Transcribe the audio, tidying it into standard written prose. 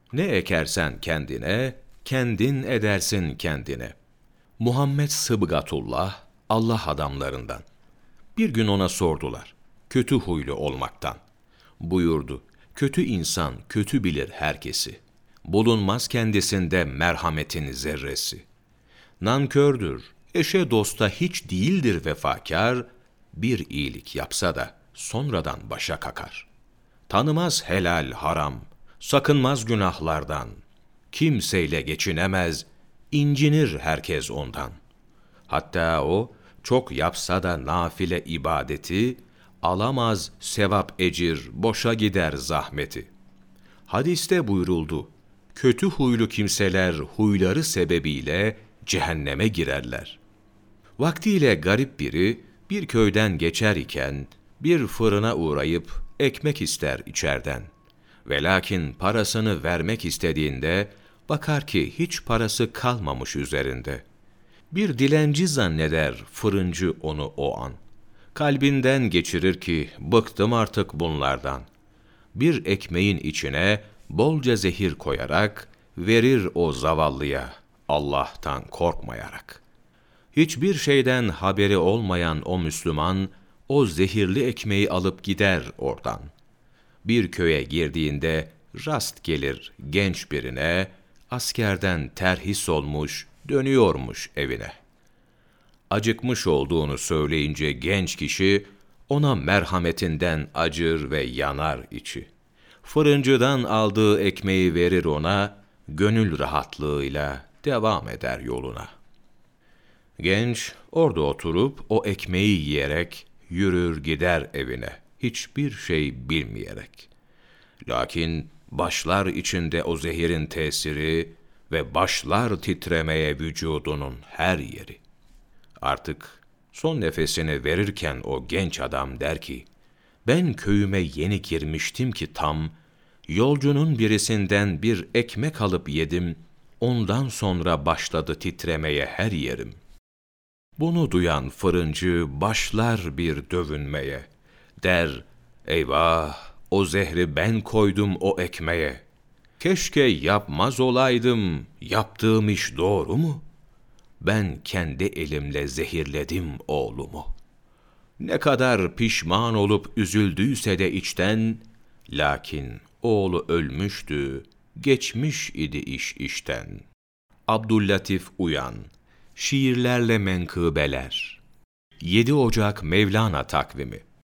Ne ekersen kendine, kendin edersin kendine. Muhammed Sıbgatullah, Allah adamlarından. Bir gün ona sordular, kötü huylu olmaktan. Buyurdu, kötü insan kötü bilir herkesi. Bulunmaz kendisinde merhametin zerresi. Nankördür, eşe dosta hiç değildir vefakar, bir iyilik yapsa da sonradan başa kakar. Tanımaz helal haram, sakınmaz günahlardan. Kimseyle geçinemez, incinir herkes ondan. Hatta o, çok yapsa da nafile ibadeti, alamaz sevap ecir, boşa gider zahmeti. Hadiste buyuruldu, kötü huylu kimseler huyları sebebiyle cehenneme girerler. Vaktiyle garip biri bir köyden geçer iken bir fırına uğrayıp ekmek ister içerden. Ve lakin parasını vermek istediğinde bakar ki hiç parası kalmamış üzerinde. Bir dilenci zanneder fırıncı onu o an. Kalbinden geçirir ki bıktım artık bunlardan. Bir ekmeğin içine bolca zehir koyarak verir o zavallıya Allah'tan korkmayarak. Hiçbir şeyden haberi olmayan o Müslüman, o zehirli ekmeği alıp gider oradan. Bir köye girdiğinde rast gelir genç birine, askerden terhis olmuş, dönüyormuş evine. Acıkmış olduğunu söyleyince genç kişi, ona merhametinden acır ve yanar içi. Fırıncıdan aldığı ekmeği verir ona, gönül rahatlığıyla devam eder yoluna. Genç orada oturup o ekmeği yiyerek yürür gider evine, hiçbir şey bilmeyerek. Lakin başlar içinde o zehirin tesiri ve başlar titremeye vücudunun her yeri. Artık son nefesini verirken o genç adam der ki, ben köyüme yeni girmiştim ki tam, yolcunun birisinden bir ekmek alıp yedim, ondan sonra başladı titremeye her yerim. Bunu duyan fırıncı başlar bir dövünmeye. Der, eyvah, o zehri ben koydum o ekmeğe. Keşke yapmaz olaydım, yaptığım iş doğru mu? Ben kendi elimle zehirledim oğlumu. Ne kadar pişman olup üzüldüyse de içten, lakin oğlu ölmüştü, geçmiş idi iş işten. Abdüllatif Uyan, Şiirlerle Menkıbeler, 7 Ocak Mevlana takvimi.